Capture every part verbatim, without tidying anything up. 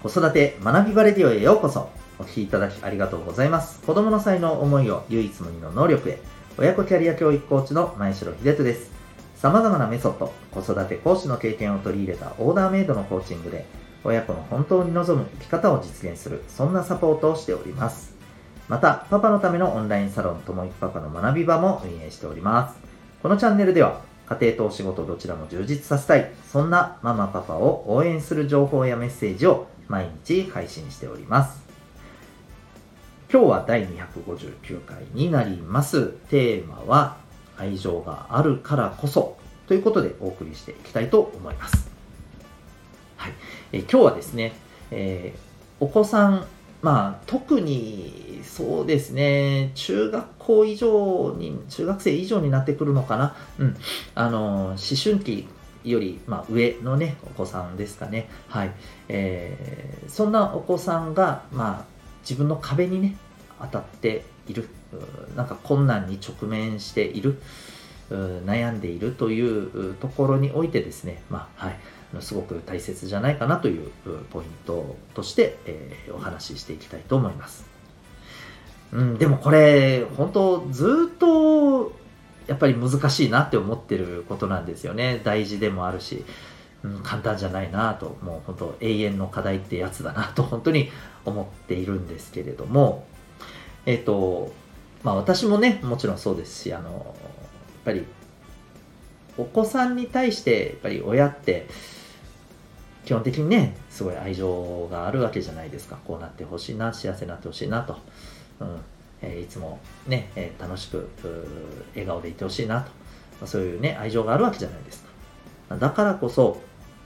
子育て学びバレディオへようこそ。お聞きいただきありがとうございます。子供の才能、思いを唯一無二の能力へ。親子キャリア教育コーチの前城秀人です。様々なメソッド、子育て講師の経験を取り入れたオーダーメイドのコーチングで、親子の本当に望む生き方を実現する、そんなサポートをしております。また、パパのためのオンラインサロン、ともいくパパの学び場も運営しております。このチャンネルでは、家庭とお仕事どちらも充実させたい、そんなママパパを応援する情報やメッセージを毎日配信しております。今日はだいにひゃくごじゅうきゅうかいになります。テーマは愛情があるからこそということでお送りしていきたいと思います。はい、え今日はですね、えー、お子さん、まあ特にそうですね、中学校以上に、中学生以上になってくるのかな。うん、あの思春期より、まあ、上のねお子さんですかね。はい、えー、そんなお子さんが、まあ、自分の壁にね当たっている、なんか困難に直面している、悩んでいるというところにおいてですね、まあはい、すごく大切じゃないかなというポイントとして、えー、お話ししていきたいと思います。うん、でもこれ本当ずっとやっぱり難しいなって思ってることなんですよね。大事でもあるし、うん、簡単じゃないなと、もう本当永遠の課題ってやつだなと本当に思っているんですけれども、えっとまあ私もねもちろんそうですし、あのやっぱりお子さんに対してやっぱり親って基本的にねすごい愛情があるわけじゃないですか。こうなってほしいな、幸せになってほしいなと、うんえー、いつもね、えー、楽しく笑顔でいてほしいなと、まあ、そういうね愛情があるわけじゃないですか。だからこそ、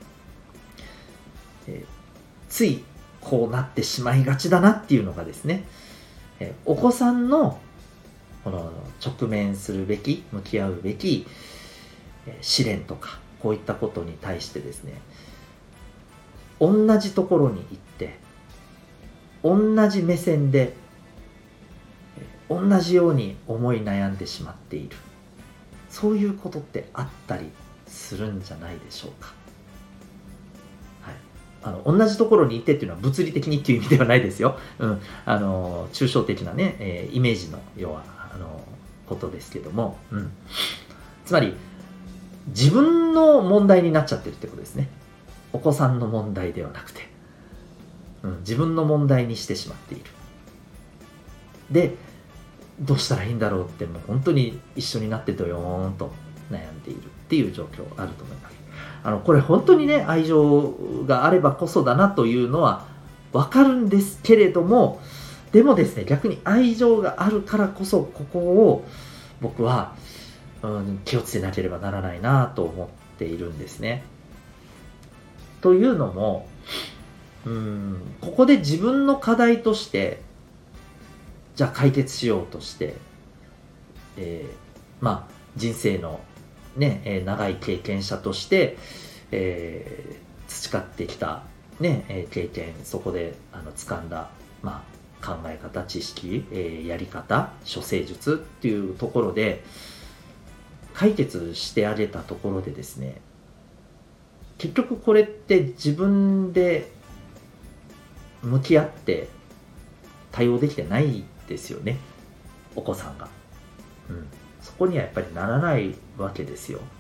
えー、ついこうなってしまいがちだなっていうのがですね、えー、お子さんのこの直面するべき、向き合うべき、えー、試練とかこういったことに対してですね、同じところに行って同じ目線で同じように思い悩んでしまっている、そういうことってあったりするんじゃないでしょうか。はい、あの同じところにいてっていうのは物理的にっていう意味ではないですよ。うん、あの抽象的なね、えー、イメージの要はあのことですけども、うん、つまり自分の問題になっちゃってるってことですね。お子さんの問題ではなくて、うん、自分の問題にしてしまっている。でどうしたらいいんだろうって、もう本当に一緒になってドヨーンと悩んでいるっていう状況あると思います。あのこれ本当にね愛情があればこそだなというのはわかるんですけれども、でもですね、逆に愛情があるからこそここを僕は、うん、気をつけなければならないなと思っているんですね。というのも、うーんここで自分の課題としてじゃあ解決しようとして、えー、まあ人生のね、えー、長い経験者として、えー、培ってきた、ねえー、経験、そこであの掴んだ、まあ、考え方、知識、えー、やり方、処世術っていうところで解決してあげたところでですね、結局これって自分で向き合って対応できてないですよね、お子さんが。うん、そこにはやっぱりならないわけですよ。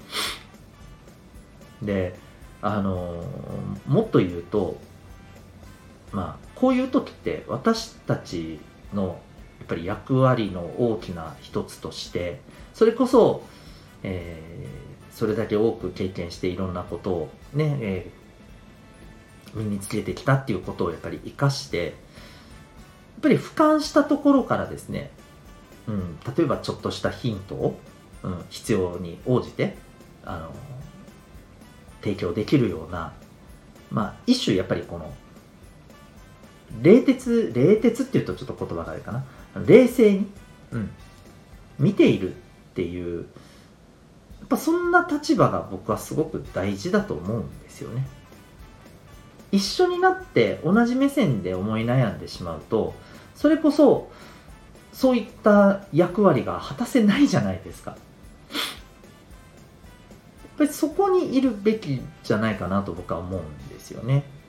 で、あのー、もっと言うと、まあこういう時って私たちのやっぱり役割の大きな一つとして、それこそ、えー、それだけ多く経験していろんなことをね、えー、身につけてきたっていうことをやっぱり生かして、やっぱり俯瞰したところからですね、うん、例えばちょっとしたヒントを、うん、必要に応じてあの提供できるような、まあ一種やっぱりこの冷徹冷徹っていうとちょっと言葉があれかな、冷静に、うん、見ているっていう、やっぱそんな立場が僕はすごく大事だと思うんですよね。一緒になって同じ目線で思い悩んでしまうと、それこそそういった役割が果たせないじゃないですか。やっぱりそこにいるべきじゃないかなと僕は思うんですよね。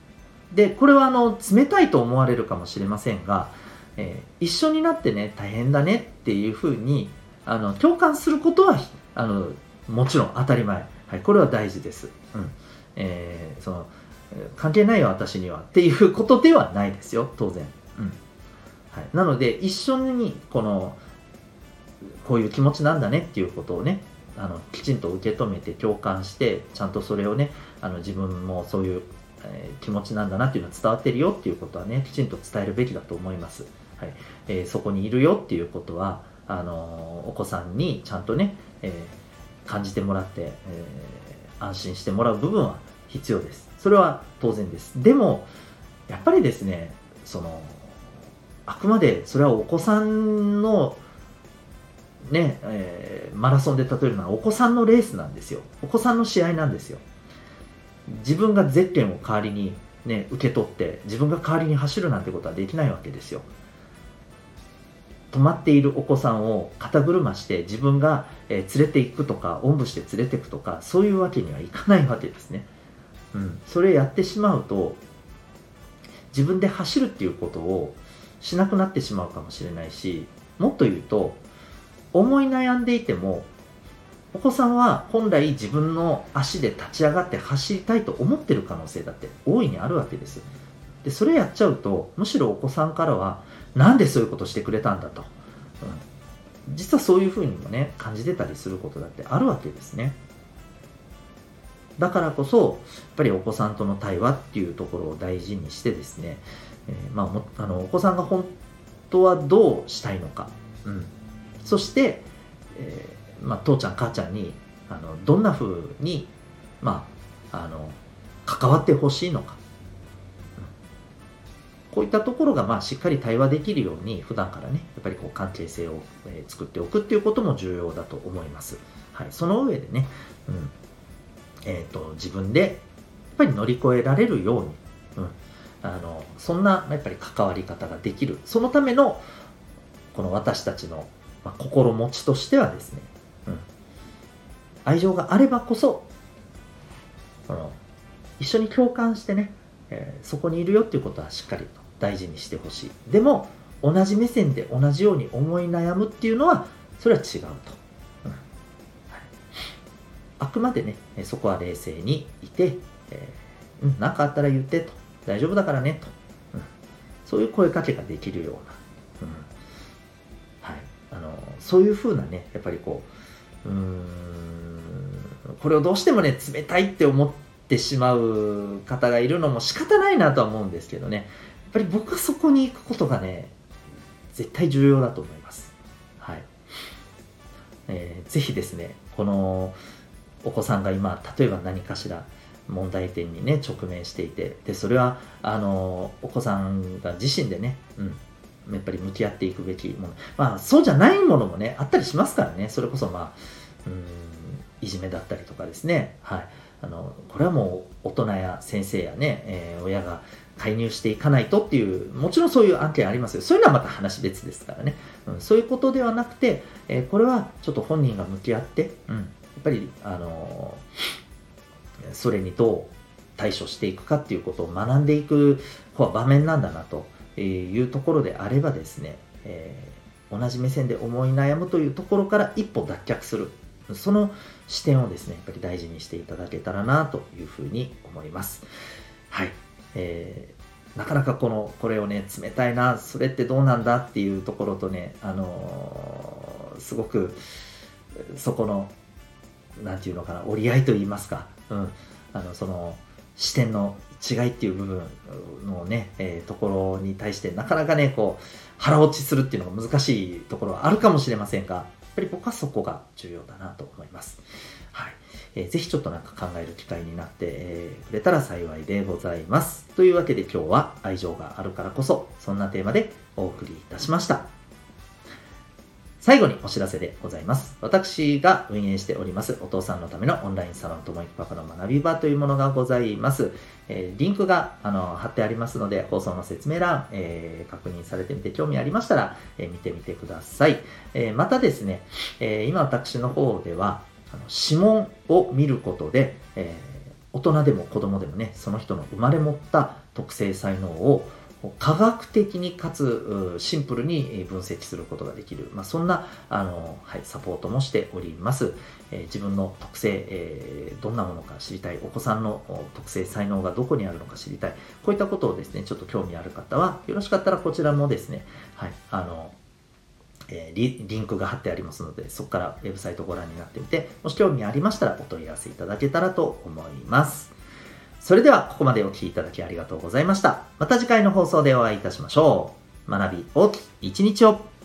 で、これはあの冷たいと思われるかもしれませんが、えー、一緒になってね大変だねっていうふうにあの共感することはあのもちろん当たり前、はい、これは大事です、うんえー、その関係ないよ私にはっていうことではないですよ当然、うんはい、なので一緒にこのこういう気持ちなんだねっていうことをねあのきちんと受け止めて共感してちゃんとそれをねあの自分もそういう、えー、気持ちなんだなっていうのは伝わってるよっていうことはねきちんと伝えるべきだと思います、はいえー、そこにいるよっていうことはあのー、お子さんにちゃんとね、えー、感じてもらって、えー、安心してもらう部分は必要です。それは当然です。でもやっぱりですねそのあくまでそれはお子さんのね、えー、マラソンで例えるのはお子さんのレースなんですよ。お子さんの試合なんですよ。自分がゼッケンを代わりに、ね、受け取って自分が代わりに走るなんてことはできないわけですよ。止まっているお子さんを肩車して自分が、えー、連れて行くとかおんぶして連れて行くとかそういうわけにはいかないわけですね。うん、それやってしまうと自分で走るっていうことをしなくなってしまうかもしれないし、もっと言うと思い悩んでいてもお子さんは本来自分の足で立ち上がって走りたいと思ってる可能性だって大いにあるわけです。でそれやっちゃうとむしろお子さんからはなんでそういうことしてくれたんだと、うん、実はそういうふうにもね感じてたりすることだってあるわけですね。だからこそやっぱりお子さんとの対話っていうところを大事にしてですね、えーまあ、あのお子さんが本当はどうしたいのか、うん、そして、えーまあ、父ちゃん母ちゃんにあのどんな風に、まあ、あの関わってほしいのか、うん、こういったところが、まあ、しっかり対話できるように普段からねやっぱりこう関係性を、えー、作っておくっていうことも重要だと思います、はい、その上でね、うんえーと、自分でやっぱり乗り越えられるように、うん、あのそんなやっぱり関わり方ができるそのためのこの私たちの、まあ、心持ちとしてはですね、うん、愛情があればこそこの一緒に共感してね、えー、そこにいるよっていうことはしっかりと大事にしてほしい。でも同じ目線で同じように思い悩むっていうのはそれは違うと。あくまでね、そこは冷静にいて、えー、うん、何かあったら言ってと、大丈夫だからねと、うん、そういう声かけができるような、うんはい、あのそういうふうなね、やっぱりこう、うーん、これをどうしてもね、冷たいって思ってしまう方がいるのも仕方ないなとは思うんですけどね、やっぱり僕はそこに行くことがね、絶対重要だと思います。はい。えー、ぜひですね、この、お子さんが今例えば何かしら問題点にね直面していてでそれはあのお子さんが自身でね、うん、やっぱり向き合っていくべきものまあそうじゃないものもねあったりしますからねそれこそまあうんいじめだったりとかですねはいあのこれはもう大人や先生やね、えー、親が介入していかないとっていうもちろんそういう案件ありますよそういうのはまた話別ですからね、うん、そういうことではなくて、えー、これはちょっと本人が向き合って、うんやっぱり、あのそれにどう対処していくかっていうことを学んでいく場面なんだなというところであればですね、えー、同じ目線で思い悩むというところから一歩脱却するその視点をですねやっぱり大事にしていただけたらなというふうに思います。はい、えー、なかなかこのこれをね冷たいなそれってどうなんだっていうところとね、あのー、すごくそこのなんていうのかな折り合いと言いますか、うん、あのその視点の違いっていう部分のね、えー、ところに対してなかなかねこう腹落ちするっていうのが難しいところはあるかもしれませんがやっぱり僕はそこが重要だなと思います。はいえー、ぜひちょっとなんか考える機会になって、えー、くれたら幸いでございます。というわけで今日は愛情があるからこそそんなテーマでお送りいたしました。最後にお知らせでございます。私が運営しておりますお父さんのためのオンラインサロンともいくパパの学び場というものがございます。えー、リンクがあの貼ってありますので放送の説明欄、えー、確認されてみて興味ありましたら、えー、見てみてください。えー、またですね、えー、今私の方ではあの指紋を見ることで、え大人でも子供でもね、その人の生まれ持った特性才能を科学的にかつシンプルに分析することができる、まあ、そんなあの、はい、サポートもしております。えー、自分の特性、えー、どんなものか知りたい、お子さんの特性才能がどこにあるのか知りたい、こういったことをですねちょっと興味ある方はよろしかったらこちらもですね、はい、あのえー、リ, リンクが貼ってありますので、そこからウェブサイトをご覧になってみて、もし興味ありましたらお問い合わせいただけたらと思います。それではここまでお聞きいただきありがとうございました。また次回の放送でお会いいたしましょう。学び大きい一日を。